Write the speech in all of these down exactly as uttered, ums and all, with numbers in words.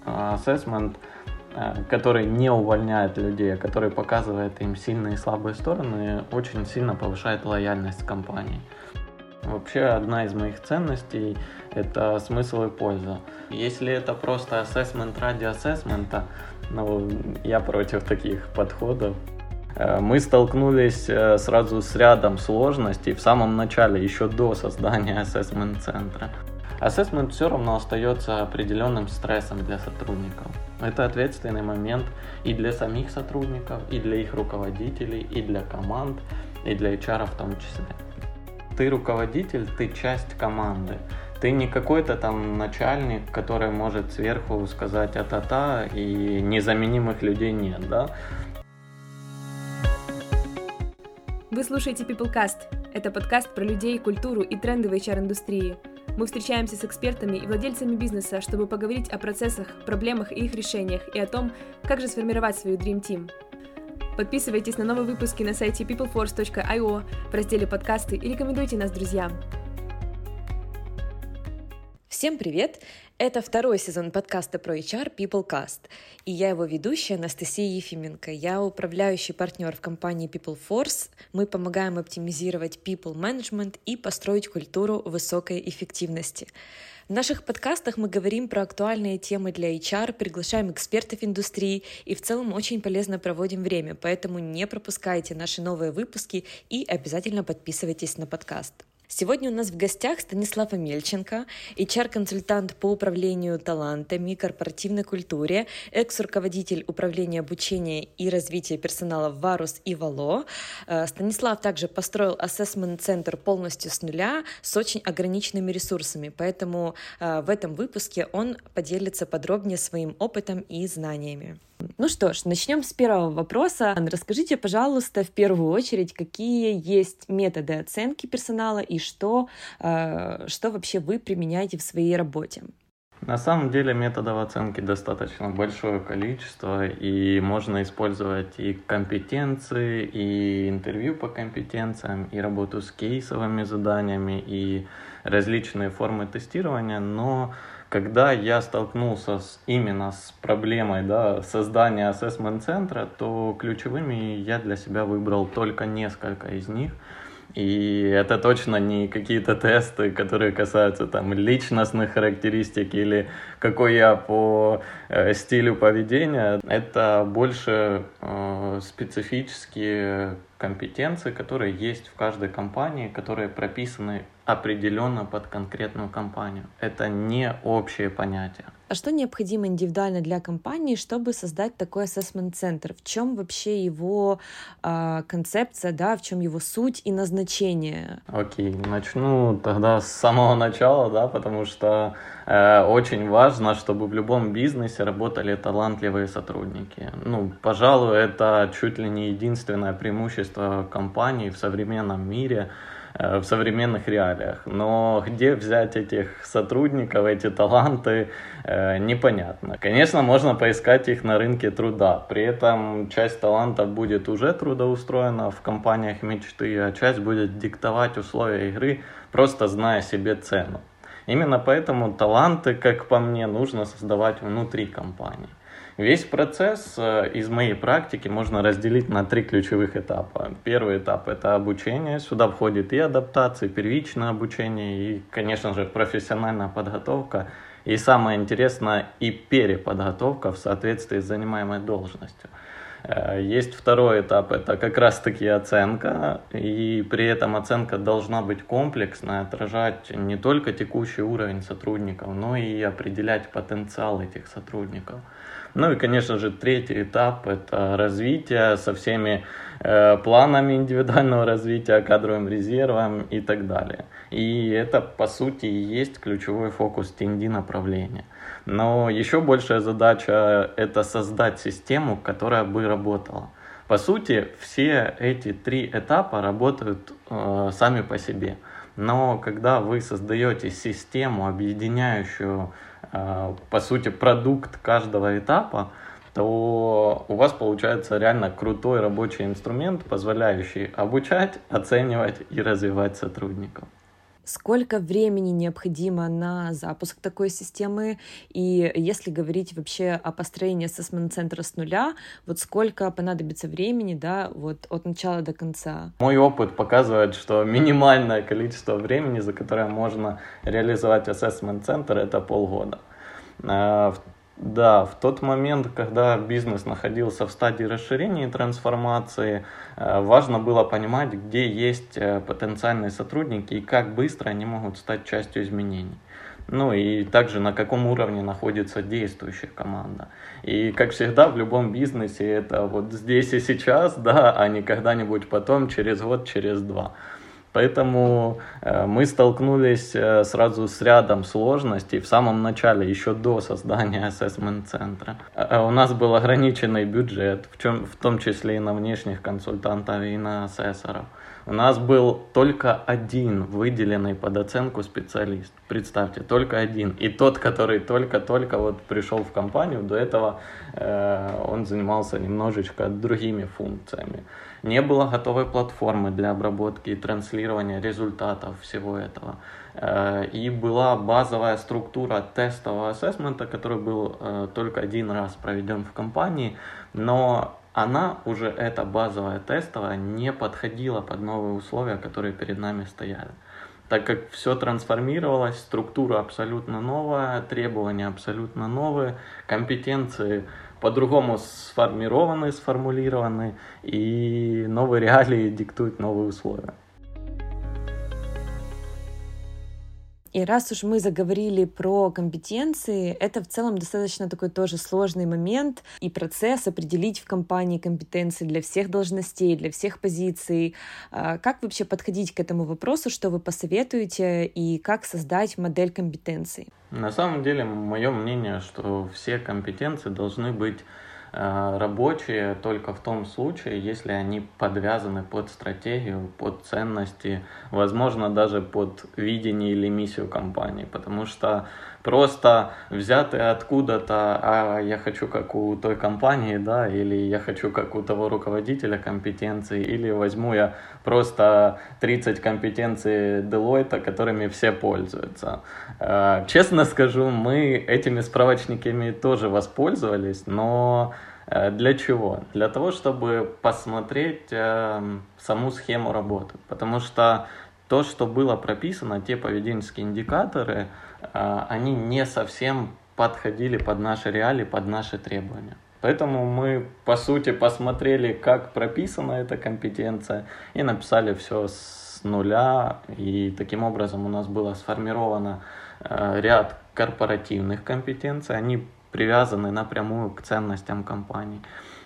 ассессмент, который не увольняет людей, а который показывает им сильные и слабые стороны, очень сильно повышает лояльность компании. Вообще, одна из моих ценностей – это смысл и польза. Если это просто ассессмент ради ассессмента, ну, я против таких подходов. Мы столкнулись сразу с рядом сложностей в самом начале, еще до создания ассессмент-центра. Ассессмент все равно остается определенным стрессом для сотрудников. Это ответственный момент и для самих сотрудников, и для их руководителей, и для команд, и для эйч ар в том числе. Ты руководитель, ты часть команды. Ты не какой-то там начальник, который может сверху сказать а-та-та, и незаменимых людей нет, да? Вы слушаете PeopleCast. Это подкаст про людей, культуру и тренды в эйч ар-индустрии. Мы встречаемся с экспертами и владельцами бизнеса, чтобы поговорить о процессах, проблемах и их решениях, и о том, как же сформировать свою Dream Team. Подписывайтесь на новые выпуски на сайте peopleforce точка ай о в разделе «Подкасты» и рекомендуйте нас друзьям. Всем привет! Это второй сезон подкаста про эйч ар PeopleCast, и я его ведущая Анастасия Ефименко. Я управляющий партнер в компании PeopleForce. Мы помогаем оптимизировать people management и построить культуру высокой эффективности. В наших подкастах мы говорим про актуальные темы для эйч ар, приглашаем экспертов индустрии и в целом очень полезно проводим время, поэтому не пропускайте наши новые выпуски и обязательно подписывайтесь на подкаст. Сегодня у нас в гостях Станислав Омельченко, эйч ар-консультант по управлению талантами, корпоративной культуре, экс-руководитель управления обучения и развития персонала в Варус и Вало. Станислав также построил ассессмент-центр полностью с нуля с очень ограниченными ресурсами, поэтому в этом выпуске он поделится подробнее своим опытом и знаниями. Ну что ж, начнем с первого вопроса. Расскажите, пожалуйста, в первую очередь, какие есть методы оценки персонала и что, что вообще вы применяете в своей работе? На самом деле методов оценки достаточно большое количество, и можно использовать и компетенции, и интервью по компетенциям, и работу с кейсовыми заданиями, и различные формы тестирования, но когда я столкнулся с, именно с проблемой, да, создания ассессмент-центра, то ключевыми я для себя выбрал только несколько из них. И это точно не какие-то тесты, которые касаются там личностных характеристик или какой я по э, стилю поведения. Это больше э, специфические компетенции, которые есть в каждой компании, которые прописаны определенно под конкретную компанию. Это не общее понятие. А что необходимо индивидуально для компании, чтобы создать такой ассессмент-центр? В чем вообще его э, концепция, да, в чем его суть и назначение? Окей, начну тогда с самого начала, да, потому что э, очень важно, чтобы в любом бизнесе работали талантливые сотрудники. Ну, пожалуй, это чуть ли не единственное преимущество компании в современном мире, в современных реалиях. Но где взять этих сотрудников, эти таланты, э, непонятно. Конечно, можно поискать их на рынке труда. При этом часть талантов будет уже трудоустроена в компаниях мечты, а часть будет диктовать условия игры, просто зная себе цену. Именно поэтому таланты, как по мне, нужно создавать внутри компании. Весь процесс из моей практики можно разделить на три ключевых этапа. Первый этап – это обучение. Сюда входит и адаптация, и первичное обучение, и, конечно же, профессиональная подготовка. И самое интересное – и переподготовка в соответствии с занимаемой должностью. Есть второй этап – это как раз-таки оценка. И при этом оценка должна быть комплексной, отражать не только текущий уровень сотрудников, но и определять потенциал этих сотрудников. Ну и, конечно же, третий этап – это развитие со всеми э, планами индивидуального развития, кадровым резервом и так далее. И это, по сути, и есть ключевой фокус ти эн ди направления. Но еще большая задача – это создать систему, которая бы работала. По сути, все эти три этапа работают э, сами по себе. Но когда вы создаете систему, объединяющую по сути, продукт каждого этапа, то у вас получается реально крутой рабочий инструмент, позволяющий обучать, оценивать и развивать сотрудников. Сколько времени необходимо на запуск такой системы? И если говорить вообще о построении ассессмент-центра с нуля, вот сколько понадобится времени, да, вот от начала до конца? Мой опыт показывает, что минимальное количество времени, за которое можно реализовать ассессмент-центр, это полгода. Да, в тот момент, когда бизнес находился в стадии расширения и трансформации, важно было понимать, где есть потенциальные сотрудники и как быстро они могут стать частью изменений. Ну и также на каком уровне находится действующая команда. И как всегда в любом бизнесе это вот здесь и сейчас, да, а не когда-нибудь потом, через год, через два. Поэтому э, мы столкнулись э, сразу с рядом сложностей в самом начале, еще до создания ассессмент-центра. Э, у нас был ограниченный бюджет, в, чем, в том числе и на внешних консультантов, и на ассессоров. У нас был только один выделенный под оценку специалист. Представьте, только один. И тот, который только-только вот пришел в компанию, до этого э, он занимался немножечко другими функциями. Не было готовой платформы для обработки и транслирования результатов всего этого. И была базовая структура тестового ассессмента, который был только один раз проведен в компании, но она уже, эта базовая тестовая, не подходила под новые условия, которые перед нами стояли. Так как все трансформировалось, структура абсолютно новая, требования абсолютно новые, компетенции по-другому сформированы, сформулированы, и новые реалии диктуют новые условия. И раз уж мы заговорили про компетенции, это в целом достаточно такой тоже сложный момент и процесс определить в компании компетенции для всех должностей, для всех позиций. Как вообще подходить к этому вопросу, что вы посоветуете и как создать модель компетенций? На самом деле, мое мнение, что все компетенции должны быть рабочие только в том случае, если они подвязаны под стратегию, под ценности, возможно, даже под видение или миссию компании. Потому что просто взятые откуда-то, а я хочу как у той компании, да, или я хочу как у того руководителя компетенции, или возьму я просто тридцать компетенций Deloitte, которыми все пользуются. Честно скажу, мы этими справочниками тоже воспользовались, но для чего? Для того, чтобы посмотреть э, саму схему работы. Потому что то, что было прописано, те поведенческие индикаторы, э, они не совсем подходили под наши реалии, под наши требования. Поэтому мы, по сути, посмотрели, как прописана эта компетенция, и написали все с нуля. И таким образом у нас было сформировано э, ряд корпоративных компетенций. Они привязаны напрямую к ценностям компании.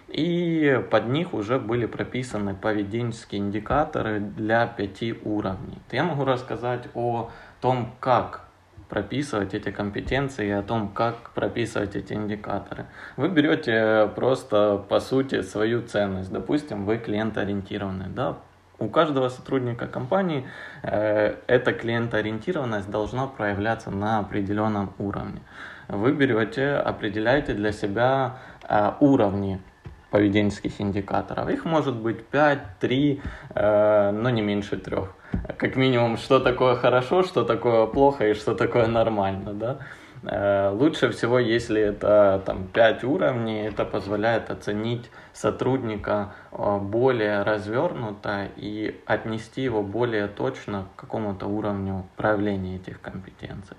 И под них уже были прописаны поведенческие индикаторы для пяти уровней. Я могу рассказать о том, как прописывать эти компетенции и о том, как прописывать эти индикаторы. Вы берете просто, по сути, свою ценность. Допустим, вы клиентоориентированный, да? У каждого сотрудника компании э, эта клиентоориентированность должна проявляться на определенном уровне. Вы берете, определяете для себя э, уровни поведенческих индикаторов. Их может быть пять, три, э, но не меньше трех. Как минимум, что такое хорошо, что такое плохо и что такое нормально, да? Лучше всего, если это там, пять уровней, это позволяет оценить сотрудника более развернуто и отнести его более точно к какому-то уровню проявления этих компетенций.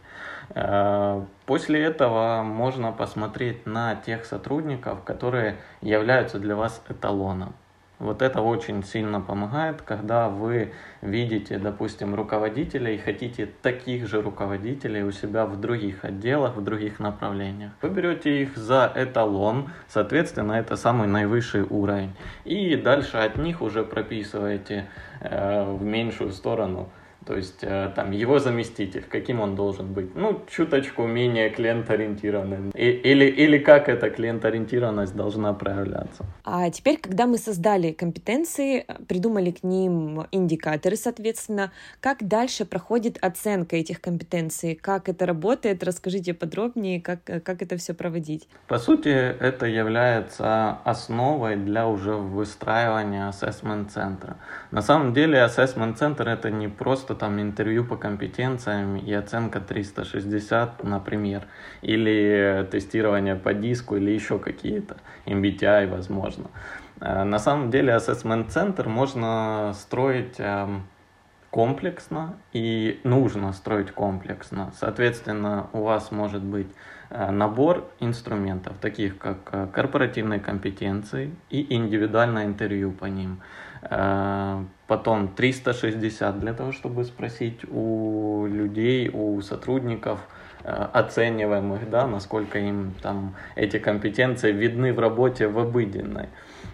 После этого можно посмотреть на тех сотрудников, которые являются для вас эталоном. Вот это очень сильно помогает, когда вы видите, допустим, руководителя и хотите таких же руководителей у себя в других отделах, в других направлениях. Вы берете их за эталон, соответственно, это самый наивысший уровень. И дальше от них уже прописываете э, в меньшую сторону. То есть там его заместитель, каким он должен быть? Ну, чуточку менее клиентоориентированным. И, или, или как эта клиентоориентированность должна проявляться. А теперь, когда мы создали компетенции, придумали к ним индикаторы, соответственно, как дальше проходит оценка этих компетенций? Как это работает? Расскажите подробнее, как, как это все проводить. По сути, это является основой для уже выстраивания ассессмент-центра. На самом деле, ассессмент-центр — это не просто что там интервью по компетенциям и оценка триста шестьдесят, например, или тестирование по диску, или еще какие-то, эм би ти ай, возможно. На самом деле Assessment Center можно строить комплексно, и нужно строить комплексно. Соответственно, у вас может быть набор инструментов, таких как корпоративные компетенции и индивидуальное интервью по ним. Потом триста шестьдесят для того, чтобы спросить у людей, у сотрудников, оцениваемых, да, насколько им там эти компетенции видны в работе в обыденной.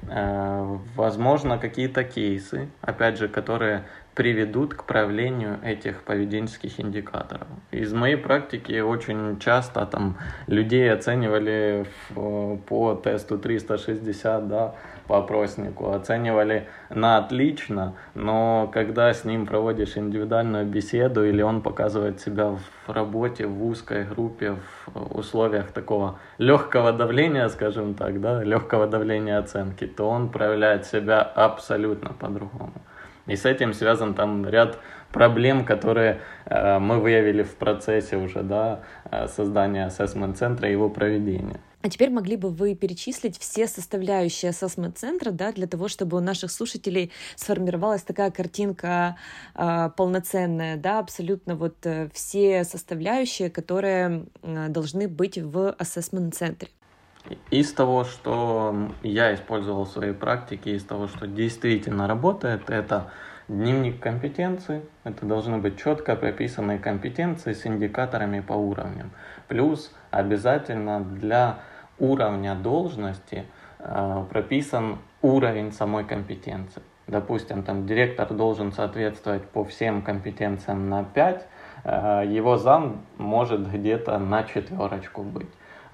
Возможно, какие-то кейсы, опять же, которые приведут к проявлению этих поведенческих индикаторов. Из моей практики очень часто там людей оценивали в, по тесту триста шестьдесят, да, по опроснику, оценивали на отлично, но когда с ним проводишь индивидуальную беседу или он показывает себя в работе, в узкой группе, в условиях такого легкого давления, скажем так, да, легкого давления оценки, то он проявляет себя абсолютно по-другому. И с этим связан там ряд проблем, которые э, мы выявили в процессе уже, да, создания ассессмент-центра и его проведения. А теперь могли бы вы перечислить все составляющие ассессмент-центра, да, для того, чтобы у наших слушателей сформировалась такая картинка э, полноценная, да, абсолютно вот э, все составляющие, которые э, должны быть в ассессмент-центре? Из того, что я использовал в своей практике, из того, что действительно работает, это дневник компетенций. Это должны быть четко прописанные компетенции с индикаторами по уровням. Плюс обязательно для уровня должности э, прописан уровень самой компетенции. Допустим, там директор должен соответствовать по всем компетенциям на пять, э, его зам может где-то на четверочку быть.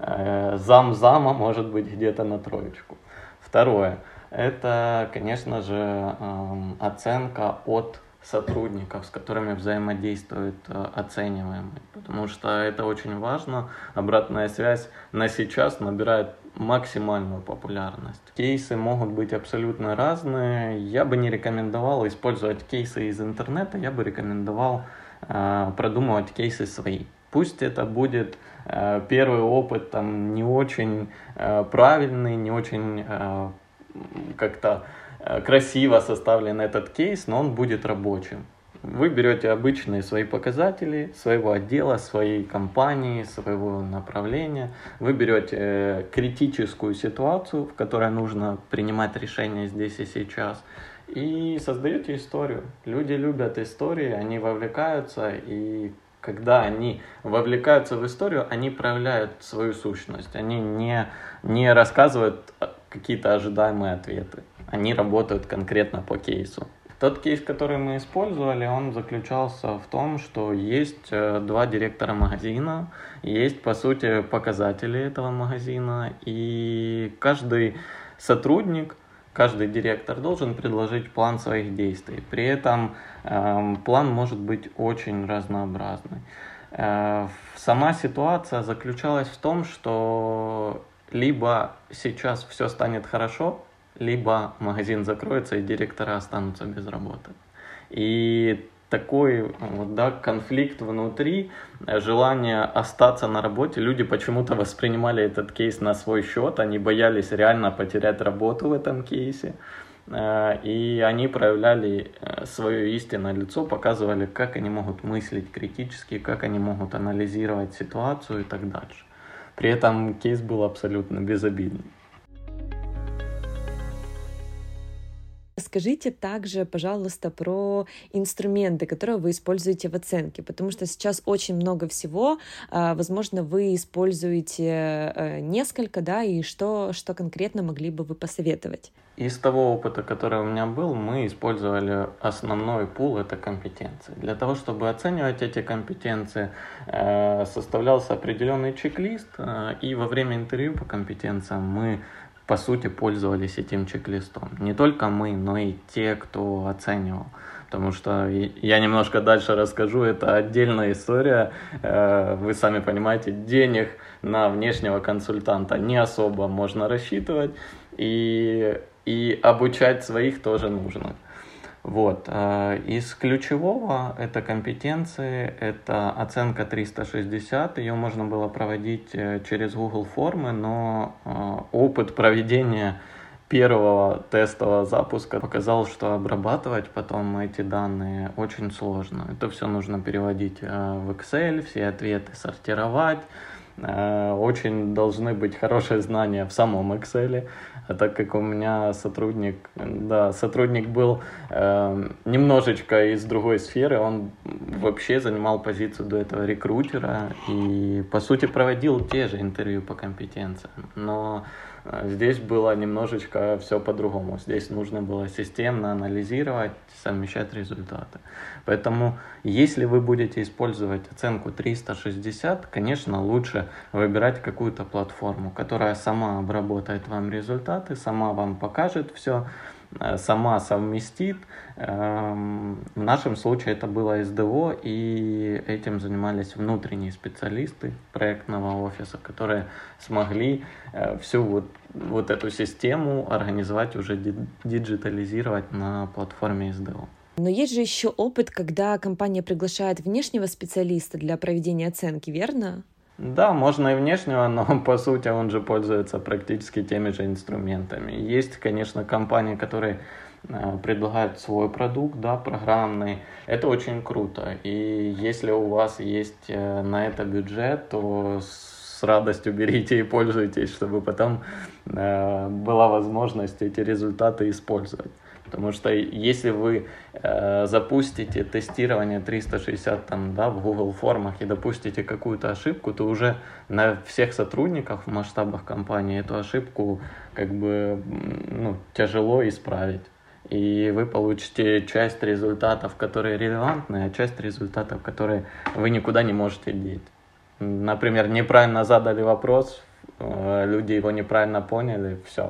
Зам зама может быть где-то на троечку. Второе, это, конечно же, оценка от сотрудников, с которыми взаимодействует оцениваемый, потому что это очень важно. Обратная связь на сейчас набирает максимальную популярность. Кейсы могут быть абсолютно разные. Я бы не рекомендовал использовать кейсы из интернета, я бы рекомендовал продумывать кейсы свои. Пусть это будет э, первый опыт там, не очень э, правильный, не очень э, как-то э, красиво составлен этот кейс, но он будет рабочим. Вы берете обычные свои показатели своего отдела, своей компании, своего направления. Вы берете э, критическую ситуацию, в которой нужно принимать решения здесь и сейчас, и создаете историю. Люди любят истории, они вовлекаются, и когда они вовлекаются в историю, они проявляют свою сущность. Они не, не рассказывают какие-то ожидаемые ответы. Они работают конкретно по кейсу. Тот кейс, который мы использовали, он заключался в том, что есть два директора магазина, есть, по сути, показатели этого магазина, и каждый сотрудник, каждый директор должен предложить план своих действий. При этом э, план может быть очень разнообразный. Э, сама ситуация заключалась в том, что либо сейчас все станет хорошо, либо магазин закроется и директора останутся без работы. И такой вот, да, конфликт внутри, желание остаться на работе. Люди почему-то воспринимали этот кейс на свой счет, они боялись реально потерять работу в этом кейсе. И они проявляли свое истинное лицо, показывали, как они могут мыслить критически, как они могут анализировать ситуацию и так дальше. При этом кейс был абсолютно безобидный. Скажите также, пожалуйста, про инструменты, которые вы используете в оценке, потому что сейчас очень много всего, возможно, вы используете несколько, да, и что, что конкретно могли бы вы посоветовать? Из того опыта, который у меня был, мы использовали основной пул — это компетенции. Для того, чтобы оценивать эти компетенции, составлялся определенный чек-лист, и во время интервью по компетенциям мы по сути, пользовались этим чек-листом. Не только мы, но и те, кто оценивал. Потому что я немножко дальше расскажу, это отдельная история. Вы сами понимаете, денег на внешнего консультанта не особо можно рассчитывать, и, и обучать своих тоже нужно. Вот. Из ключевого это компетенции, это оценка триста шестьдесят, ее можно было проводить через Google формы, но опыт проведения первого тестового запуска показал, что обрабатывать потом эти данные очень сложно. Это все нужно переводить в Excel, все ответы сортировать. Очень должны быть хорошие знания в самом Excel. А так как у меня сотрудник, да, сотрудник был э, немножечко из другой сферы, он вообще занимал позицию до этого рекрутера и, по сути, проводил те же интервью по компетенциям. Но э, здесь было немножечко все по-другому. Здесь нужно было системно анализировать, совмещать результаты. Поэтому, если вы будете использовать оценку триста шестьдесят, конечно, лучше выбирать какую-то платформу, которая сама обработает вам результаты, сама вам покажет все, сама совместит. В нашем случае это было эс дэ о, и этим занимались внутренние специалисты проектного офиса, которые смогли всю вот, вот эту систему организовать, уже диджитализировать на платформе эс дэ о. Но есть же еще опыт, когда компания приглашает внешнего специалиста для проведения оценки, верно? Да, можно и внешнего, но по сути он же пользуется практически теми же инструментами. Есть, конечно, компании, которые э, предлагают свой продукт, да, программный. Это очень круто. И если у вас есть э, на это бюджет, то с радостью берите и пользуйтесь, чтобы потом э, была возможность эти результаты использовать. Потому что если вы э, запустите тестирование триста шестьдесят там, да, в Google формах и допустите какую-то ошибку, то уже на всех сотрудниках в масштабах компании эту ошибку как бы ну, тяжело исправить. И вы получите часть результатов, которые релевантны, а часть результатов, которые вы никуда не можете деть. Например, неправильно задали вопрос, э, люди его неправильно поняли, все.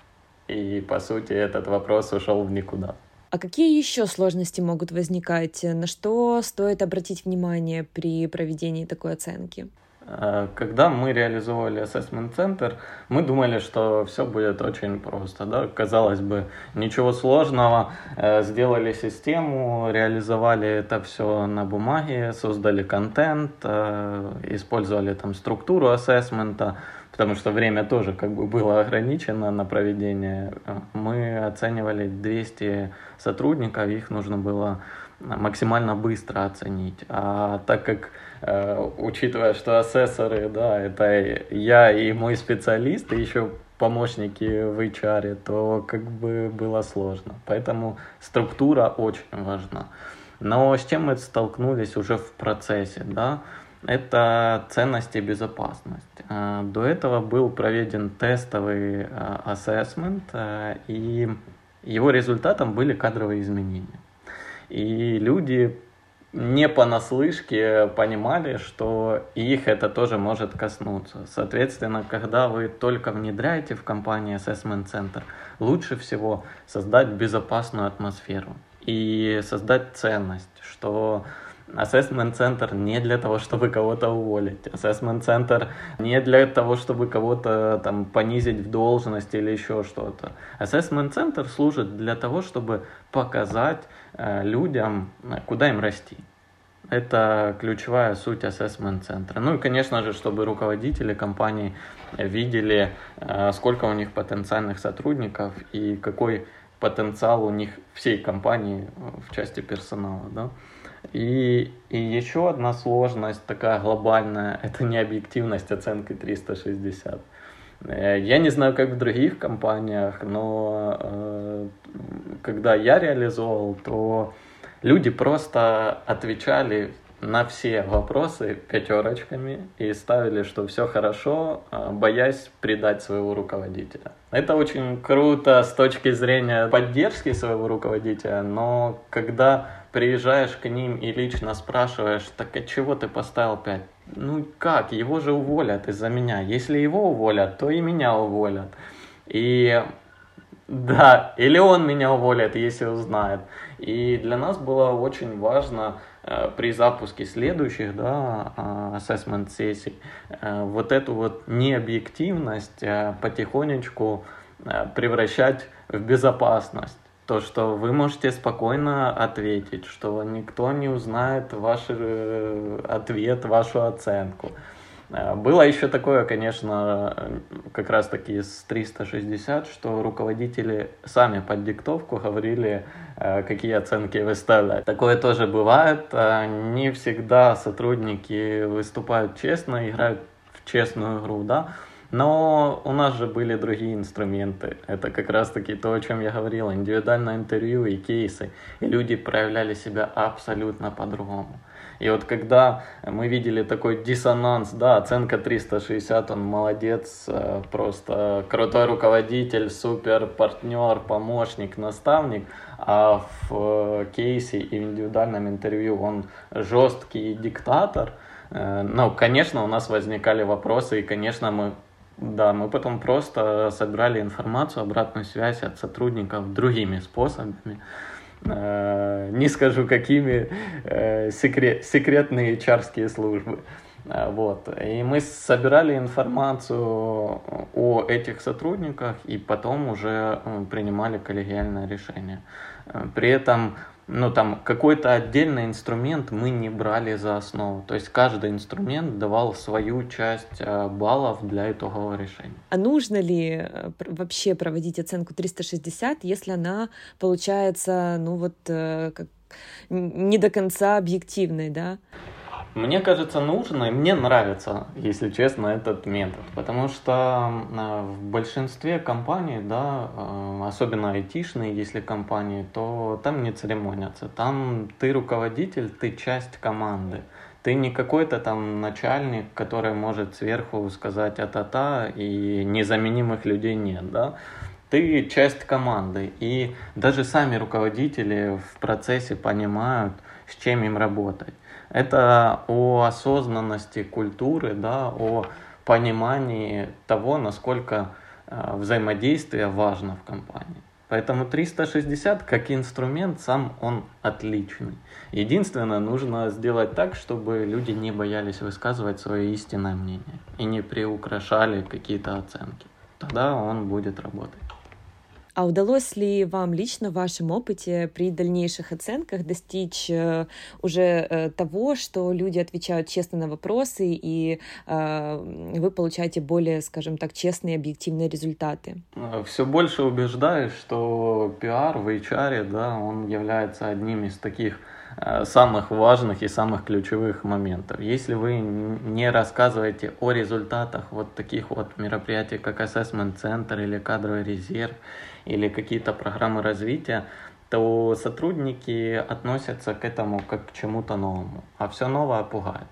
И, по сути, этот вопрос ушел в никуда. А какие еще сложности могут возникать? На что стоит обратить внимание при проведении такой оценки? Когда мы реализовывали Assessment Center, мы думали, что все будет очень просто. Да? Казалось бы, ничего сложного. Сделали систему, реализовали это все на бумаге, создали контент, использовали там структуру ассессмента, потому что время тоже как бы было ограничено на проведение. Мы оценивали двести сотрудников, их нужно было максимально быстро оценить. А так как, э, учитывая, что ассессоры, да, это я и мой специалист, и еще помощники в эйч ар, то как бы было сложно. Поэтому структура очень важна. Но с чем мы столкнулись уже в процессе, да? Это ценность и безопасность. До этого был проведен тестовый ассессмент, и его результатом были кадровые изменения. И люди не понаслышке понимали, что их это тоже может коснуться. Соответственно, когда вы только внедряете в компании Assessment Center, лучше всего создать безопасную атмосферу и создать ценность, что Assessment Center не для того, чтобы кого-то уволить. Assessment Center не для того, чтобы кого-то там понизить в должности или еще что-то. Assessment Center служит для того, чтобы показать э, людям, куда им расти. Это ключевая суть Assessment Center. Ну и, конечно же, чтобы руководители компании видели, э, сколько у них потенциальных сотрудников и какой потенциал у них всей компании в части персонала, да. И, и еще одна сложность такая глобальная, это необъективность оценки триста шестьдесят. Я не знаю, как в других компаниях, но э, когда я реализовал, то люди просто отвечали на все вопросы пятерочками и ставили, что все хорошо, боясь предать своего руководителя. Это очень круто с точки зрения поддержки своего руководителя, но когда приезжаешь к ним и лично спрашиваешь, так а чего ты поставил пять? Ну как, его же уволят из-за меня. Если его уволят, то и меня уволят. И да, или он меня уволит, если узнает. И для нас было очень важно э, при запуске следующих, да, assessment сессий э, вот эту вот необъективность э, потихонечку э, превращать в безопасность. то, что вы можете спокойно ответить, что никто не узнает ваш э, ответ, вашу оценку. Было еще такое, конечно, как раз таки с триста шестьдесят, что руководители сами под диктовку говорили, какие оценки выставлять. Такое тоже бывает. Не всегда сотрудники выступают честно, играют в честную игру, да. Но у нас же были другие инструменты. Это как раз таки то, о чем я говорил. Индивидуальное интервью и кейсы. И люди проявляли себя абсолютно по-другому. И вот когда мы видели такой диссонанс, да, оценка триста шестьдесят, он молодец, просто крутой руководитель, супер партнер, помощник, наставник, а в кейсе и в индивидуальном интервью он жесткий диктатор. Ну, конечно, у нас возникали вопросы, и, конечно, мы Да, мы потом просто собирали информацию, обратную связь от сотрудников другими способами. Не скажу, какими, секрет, секретные эйч ар-ские службы. Вот. И мы собирали информацию о этих сотрудниках и потом уже принимали коллегиальное решение. При этом ну, там, какой-то отдельный инструмент мы не брали за основу. То есть каждый инструмент давал свою часть баллов для итогового решения. А нужно ли вообще проводить оценку триста шестьдесят, если она получается, ну вот, как не до конца объективной, да? Мне кажется, нужно, и мне нравится, если честно, этот метод, потому что в большинстве компаний, да, особенно айтишные, если компании, то там не церемонятся, там ты руководитель, ты часть команды, ты не какой-то там начальник, который может сверху сказать а-та-та, и незаменимых людей нет, да. Ты часть команды, и даже сами руководители в процессе понимают, с чем им работать. Это о осознанности культуры, да, о понимании того, насколько э, взаимодействие важно в компании. Поэтому триста шестьдесят как инструмент сам он отличный. Единственное, нужно сделать так, чтобы люди не боялись высказывать свое истинное мнение и не приукрашали какие-то оценки. Тогда он будет работать. А удалось ли вам лично в вашем опыте при дальнейших оценках достичь э, уже э, того, что люди отвечают честно на вопросы, и э, вы получаете более, скажем так, честные, объективные результаты? Все больше убеждаюсь, что пиар в эйч ар, да, он является одним из таких э, самых важных и самых ключевых моментов. Если вы не рассказываете о результатах вот таких вот мероприятий, как Assessment Center или кадровый резерв, или какие-то программы развития, то сотрудники относятся к этому как к чему-то новому, а все новое пугает.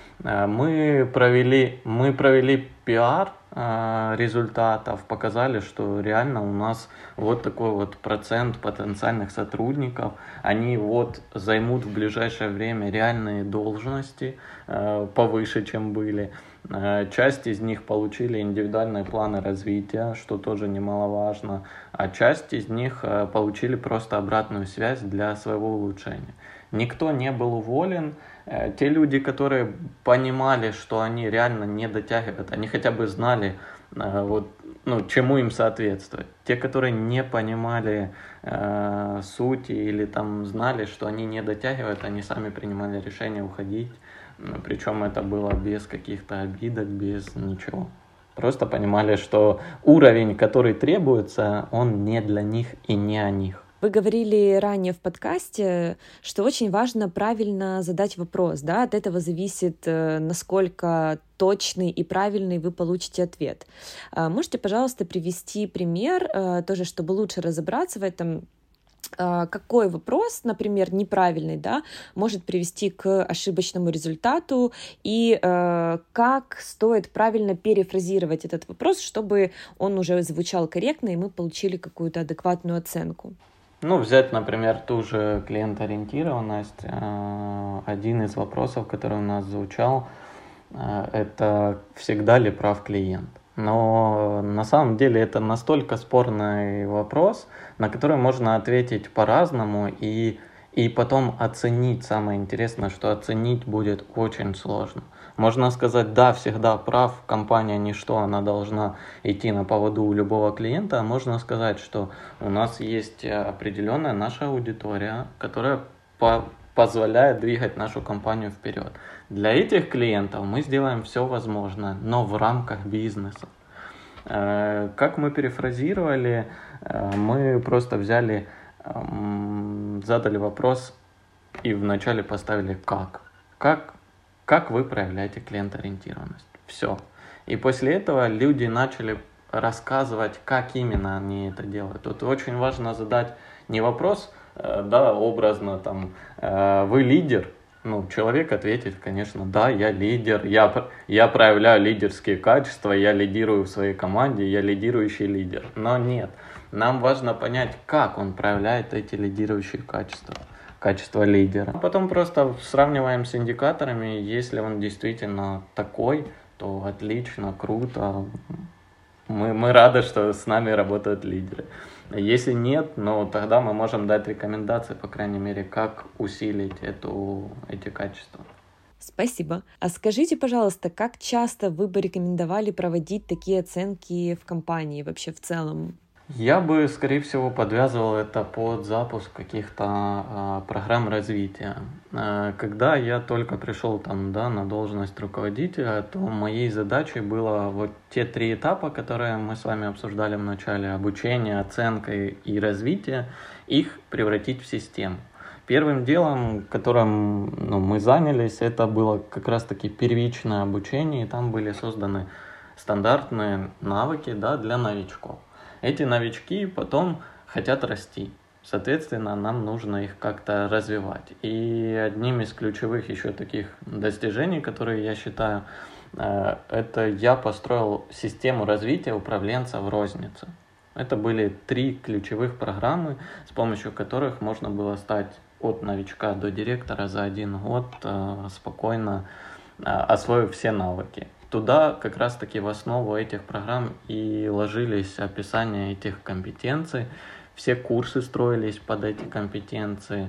Мы провели, мы провели пиар результатов, показали, что реально у нас вот такой вот процент потенциальных сотрудников, они вот займут в ближайшее время реальные должности повыше, чем были. Часть из них получили индивидуальные планы развития, что тоже немаловажно, а часть из них получили просто обратную связь для своего улучшения. Никто не был уволен. Те люди, которые понимали, что они реально не дотягивают, они хотя бы знали, вот, ну, чему им соответствовать. Те, которые не понимали э, сути или там знали, что они не дотягивают, они сами принимали решение уходить. Причем это было без каких-то обидок, без ничего. Просто понимали, что уровень, который требуется, он не для них и не о них. Вы говорили ранее в подкасте, что очень важно правильно задать вопрос, да, от этого зависит, насколько точный и правильный вы получите ответ. Можете, пожалуйста, привести пример, тоже, чтобы лучше разобраться в этом, какой вопрос, например, неправильный, да, может привести к ошибочному результату, и э, как стоит правильно перефразировать этот вопрос, чтобы он уже звучал корректно, и мы получили какую-то адекватную оценку. Ну, взять, например, ту же клиентоориентированность. Один из вопросов, который у нас звучал, это всегда ли прав клиент? Но на самом деле это настолько спорный вопрос, на который можно ответить по-разному, и, и потом оценить. Самое интересное, что оценить будет очень сложно. Можно сказать, да, всегда прав, компания ничто, она должна идти на поводу у любого клиента. А можно сказать, что у нас есть определенная наша аудитория, которая по позволяет двигать нашу компанию вперед. Для этих клиентов мы сделаем все возможное, но в рамках бизнеса. Как мы перефразировали, мы просто взяли, задали вопрос и вначале поставили «как?». Как, как вы проявляете клиент-ориентированность? Все. И после этого люди начали рассказывать, как именно они это делают. Тут очень важно задать не вопрос, да, образно, там, вы лидер? Ну, человек ответит, конечно, да, я лидер, я, я проявляю лидерские качества, я лидирую в своей команде, я лидирующий лидер. Но нет, нам важно понять, как он проявляет эти лидирующие качества, качества лидера. А потом просто сравниваем с индикаторами, если он действительно такой, то отлично, круто. Мы, мы рады, что с нами работают лидеры. Если нет, ну тогда мы можем дать рекомендации, по крайней мере, как усилить эту, эти качества. Спасибо. А скажите, пожалуйста, как часто вы бы рекомендовали проводить такие оценки в компании вообще в целом? Я бы, скорее всего, подвязывал это под запуск каких-то э, программ развития. Э, когда я только пришел там, да, на должность руководителя, то моей задачей было вот те три этапа, которые мы с вами обсуждали в начале: обучение, оценка и развитие, их превратить в систему. Первым делом, которым ну, мы занялись, это было как раз-таки первичное обучение, и там были созданы стандартные навыки, да, для новичков. Эти новички потом хотят расти, соответственно, нам нужно их как-то развивать. И одним из ключевых еще таких достижений, которые я считаю, это я построил систему развития управленца в рознице. Это были три ключевых программы, с помощью которых можно было стать от новичка до директора за один год, спокойно освоив все навыки. Туда как раз-таки в основу этих программ и ложились описания этих компетенций. Все курсы строились под эти компетенции.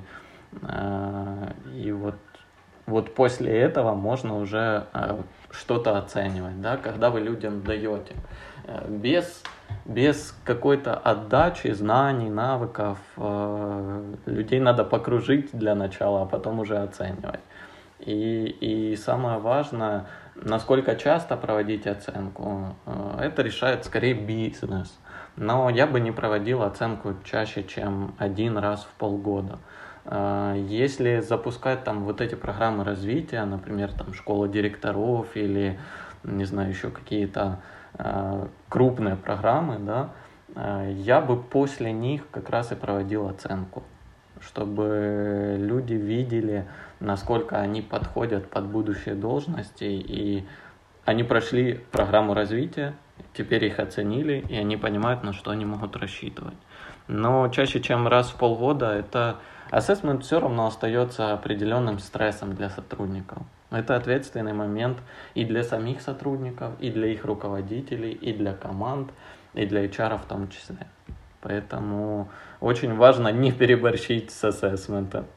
И вот, вот после этого можно уже что-то оценивать, да, когда вы людям даете. Без, без какой-то отдачи знаний, навыков людей надо покружить для начала, а потом уже оценивать. И, и самое важное, насколько часто проводить оценку, это решает скорее бизнес. Но я бы не проводил оценку чаще, чем один раз в полгода. Если запускать там вот эти программы развития, например, там школа директоров или, не знаю, еще какие-то крупные программы, да, я бы после них как раз и проводил оценку, чтобы люди видели, насколько они подходят под будущие должности, и они прошли программу развития, теперь их оценили, и они понимают, на что они могут рассчитывать. Но чаще, чем раз в полгода, это ассессмент все равно остается определенным стрессом для сотрудников. Это ответственный момент и для самих сотрудников, и для их руководителей, и для команд, и для эйч ар в том числе. Поэтому очень важно не переборщить с ассессментом.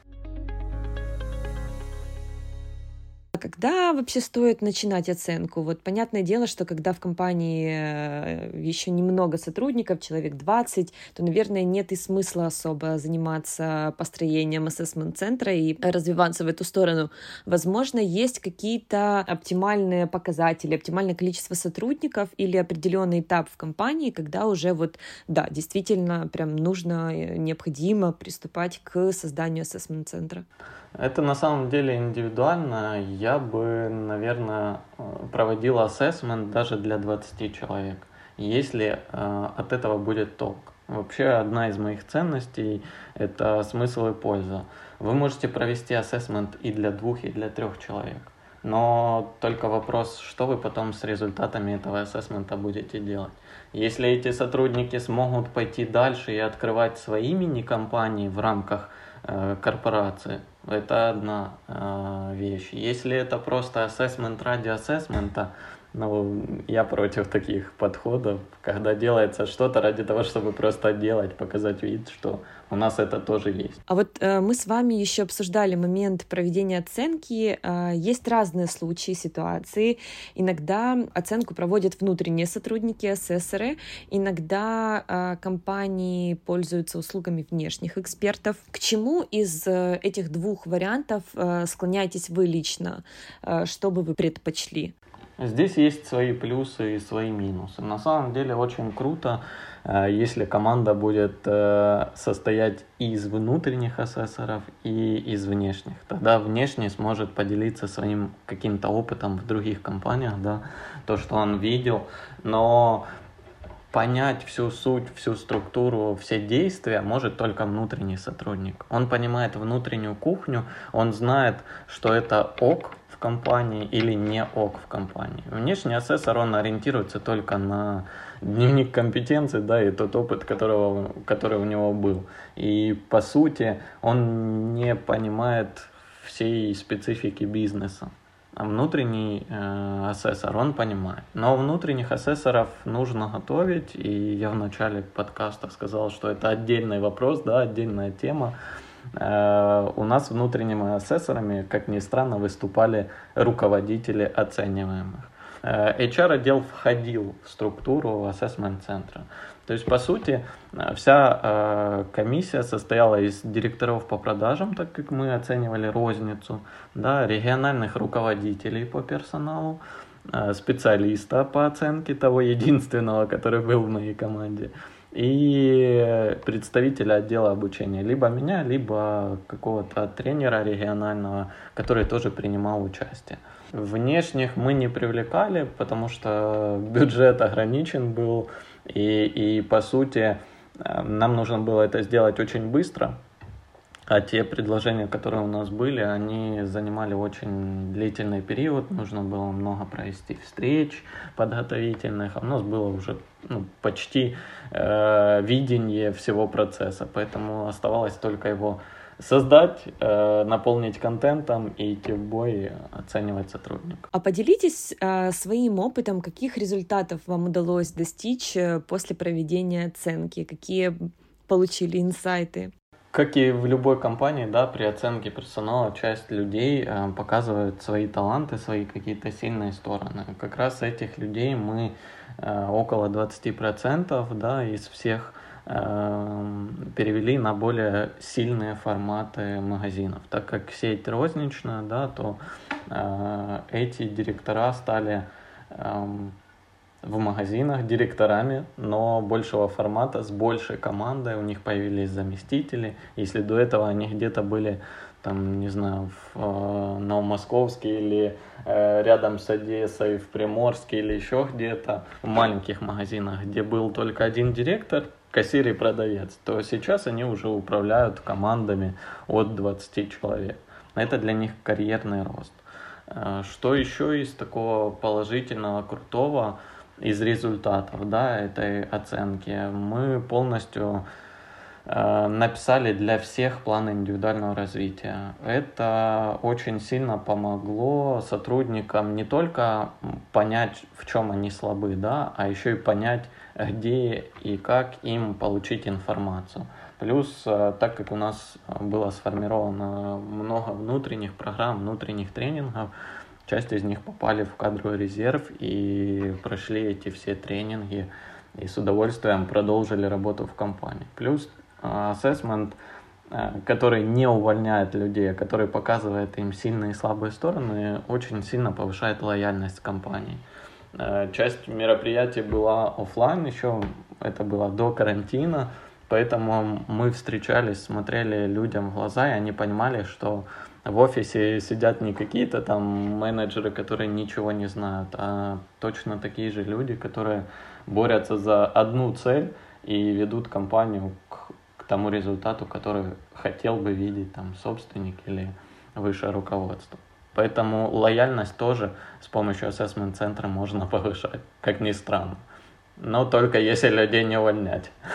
Когда вообще стоит начинать оценку? Вот понятное дело, что когда в компании еще немного сотрудников, человек двадцать, то, наверное, нет и смысла особо заниматься построением ассессмент-центра и развиваться в эту сторону. Возможно, есть какие-то оптимальные показатели, оптимальное количество сотрудников или определенный этап в компании, когда уже вот, да, действительно прям нужно, необходимо приступать к созданию ассессмент-центра. Это на самом деле индивидуально. Я бы, наверное, проводил ассессмент даже для двадцати человек, если э, от этого будет толк. Вообще, одна из моих ценностей – это смысл и польза. Вы можете провести ассессмент и для двух, и для трех человек. Но только вопрос, что вы потом с результатами этого ассессмента будете делать. Если эти сотрудники смогут пойти дальше и открывать свои мини-компании в рамках э, корпорации, это одна э, вещь. Если это просто ассессмент ради ассессмента, Ну, я против таких подходов, когда делается что-то ради того, чтобы просто делать, показать вид, что у нас это тоже есть. А вот э, мы с вами еще обсуждали момент проведения оценки. Э, есть разные случаи, ситуации. Иногда оценку проводят внутренние сотрудники, асессоры. Иногда э, компании пользуются услугами внешних экспертов. К чему из э, этих двух вариантов э, склоняетесь вы лично? Э, что бы вы предпочли? Здесь есть свои плюсы и свои минусы. На самом деле очень круто, если команда будет состоять из внутренних асессоров и из внешних. Тогда внешний сможет поделиться своим каким-то опытом в других компаниях, да, то, что он видел, но понять всю суть, всю структуру, все действия может только внутренний сотрудник. Он понимает внутреннюю кухню, он знает, что это ок в компании или не ок в компании. Внешний асессор, он ориентируется только на дневник компетенций, да, и тот опыт, которого, который у него был. И по сути он не понимает всей специфики бизнеса. А внутренний э, асессор, он понимает. Но внутренних асессоров нужно готовить, и я в начале подкаста сказал, что это отдельный вопрос, да, отдельная тема. Э, у нас внутренними асессорами, как ни странно, выступали руководители оцениваемых. Э, эйч ар-отдел входил в структуру ассессмент-центра. То есть, по сути, вся э, комиссия состояла из директоров по продажам, так как мы оценивали розницу, да, региональных руководителей по персоналу, э, специалиста по оценке, того единственного, который был в моей команде, и представителя отдела обучения, либо меня, либо какого-то тренера регионального, который тоже принимал участие. Внешних мы не привлекали, потому что бюджет ограничен был, и, и по сути нам нужно было это сделать очень быстро, а те предложения, которые у нас были, они занимали очень длительный период, нужно было много провести встреч подготовительных, а у нас было уже ну, почти э, видение всего процесса, поэтому оставалось только его создать, э, наполнить контентом и идти в бой, оценивать сотрудника. А поделитесь э, своим опытом, каких результатов вам удалось достичь после проведения оценки, какие получили инсайты? Как и в любой компании, да, при оценке персонала часть людей э, показывают свои таланты, свои какие-то сильные стороны. Как раз этих людей мы э, около двадцать процентов, да, из всех перевели на более сильные форматы магазинов. Так как сеть розничная, да, то э, эти директора стали э, в магазинах директорами, но большего формата, с большей командой, у них появились заместители. Если до этого они где-то были, там, не знаю, в э, Новомосковске или э, рядом с Одессой, в Приморске или еще где-то, в маленьких магазинах, где был только один директор, кассир и продавец, то сейчас они уже управляют командами от двадцати человек. Это для них карьерный рост. Что еще из такого положительного, крутого, из результатов, да, этой оценки? Мы полностью э, написали для всех план индивидуального развития. Это очень сильно помогло сотрудникам не только понять, в чем они слабы, да, а еще и понять, где и как им получить информацию. Плюс, так как у нас было сформировано много внутренних программ, внутренних тренингов, часть из них попали в кадровый резерв и прошли эти все тренинги и с удовольствием продолжили работу в компании. Плюс ассессмент, который не увольняет людей, а который показывает им сильные и слабые стороны, очень сильно повышает лояльность компании. Часть мероприятий была офлайн еще, это было до карантина, поэтому мы встречались, смотрели людям в глаза, и они понимали, что в офисе сидят не какие-то там менеджеры, которые ничего не знают, а точно такие же люди, которые борются за одну цель и ведут компанию к, к тому результату, который хотел бы видеть там собственник или высшее руководство. Поэтому лояльность тоже с помощью ассессмент-центра можно повышать, как ни странно. Но только если людей не увольнять.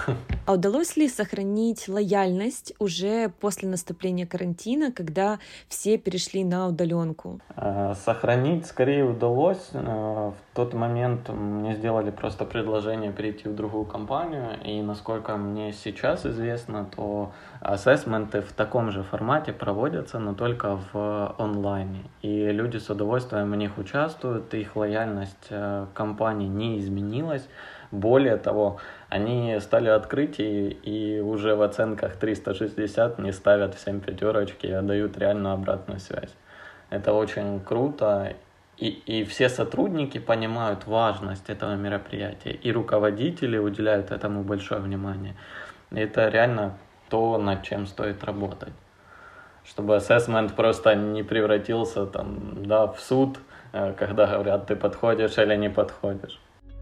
А удалось ли сохранить лояльность уже после наступления карантина, когда все перешли на удаленку? Сохранить скорее удалось. В тот момент мне сделали просто предложение перейти в другую компанию, и насколько мне сейчас известно, то ассессменты в таком же формате проводятся, но только в онлайне. И люди с удовольствием в них участвуют, их лояльность к компании не изменилась. Более того, они стали открыть и, и уже в оценках триста шестьдесят не ставят всем пятерочки, а дают реально обратную связь. Это очень круто, и, и все сотрудники понимают важность этого мероприятия, и руководители уделяют этому большое внимание. Это реально то, над чем стоит работать. Чтобы ассессмент просто не превратился там, да, в суд, когда говорят, ты подходишь или не подходишь.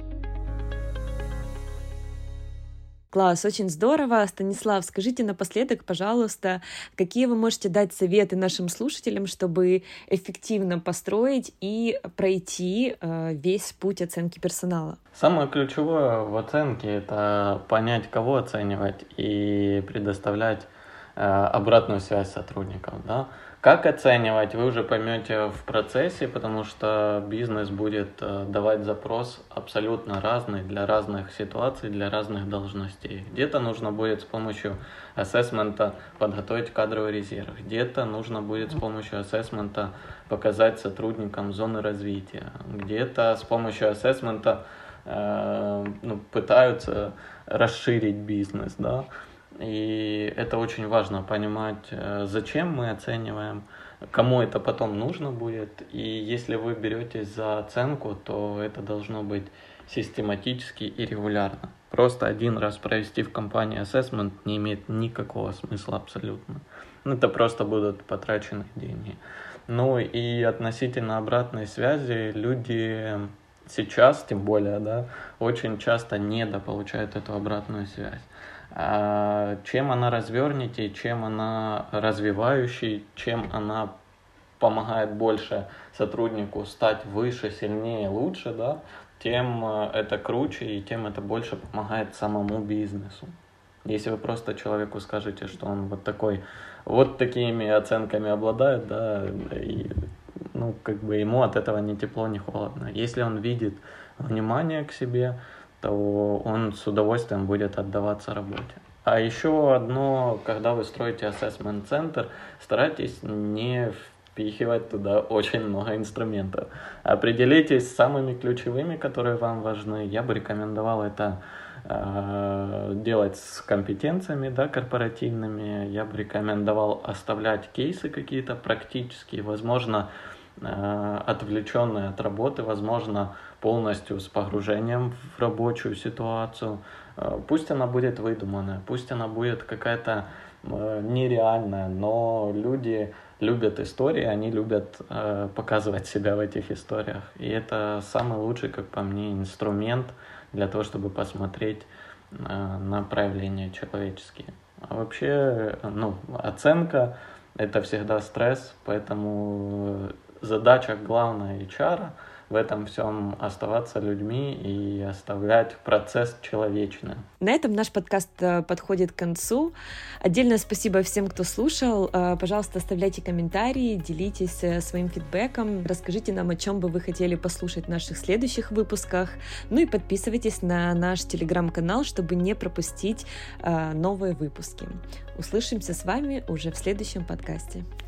Класс, очень здорово. Станислав, скажите напоследок, пожалуйста, какие вы можете дать советы нашим слушателям, чтобы эффективно построить и пройти э, весь путь оценки персонала? Самое ключевое в оценке — это понять, кого оценивать, и предоставлять э, обратную связь сотрудникам, да? Как оценивать, вы уже поймете в процессе, потому что бизнес будет давать запрос абсолютно разный для разных ситуаций, для разных должностей. Где-то нужно будет с помощью ассессмента подготовить кадровый резерв, где-то нужно будет с помощью ассессмента показать сотрудникам зоны развития, где-то с помощью ассессмента э, ну, пытаются расширить бизнес, да. И это очень важно понимать, зачем мы оцениваем, кому это потом нужно будет. И если вы беретесь за оценку, то это должно быть систематически и регулярно. Просто один раз провести в компании ассессмент не имеет никакого смысла абсолютно. Это просто будут потрачены деньги. Ну и относительно обратной связи, люди сейчас, тем более, да, очень часто недополучают эту обратную связь. Чем она развернутее, чем она развивающей, чем она помогает больше сотруднику стать выше, сильнее, лучше, да, тем это круче и тем это больше помогает самому бизнесу. Если вы просто человеку скажете, что он вот такой, вот такими оценками обладает, да, и, ну, как бы ему от этого ни тепло, ни холодно. Если он видит внимание к себе, то он с удовольствием будет отдаваться работе. А еще одно, когда вы строите ассессмент-центр, старайтесь не впихивать туда очень много инструментов. Определитесь с самыми ключевыми, которые вам важны. Я бы рекомендовал это э, делать с компетенциями, да, корпоративными. Я бы рекомендовал оставлять кейсы какие-то практические, возможно, отвлеченные от работы, возможно, полностью с погружением в рабочую ситуацию. Пусть она будет выдуманная, пусть она будет какая-то нереальная, но люди любят истории, они любят показывать себя в этих историях. И это самый лучший, как по мне, инструмент для того, чтобы посмотреть на проявления человеческие. А вообще, ну, оценка — это всегда стресс, поэтому задача главная эйч ар в этом всем оставаться людьми и оставлять процесс человечным. На этом наш подкаст подходит к концу. Отдельное спасибо всем, кто слушал. Пожалуйста, оставляйте комментарии, делитесь своим фидбэком, расскажите нам, о чем бы вы хотели послушать в наших следующих выпусках. Ну и подписывайтесь на наш телеграм-канал, чтобы не пропустить новые выпуски. Услышимся с вами уже в следующем подкасте.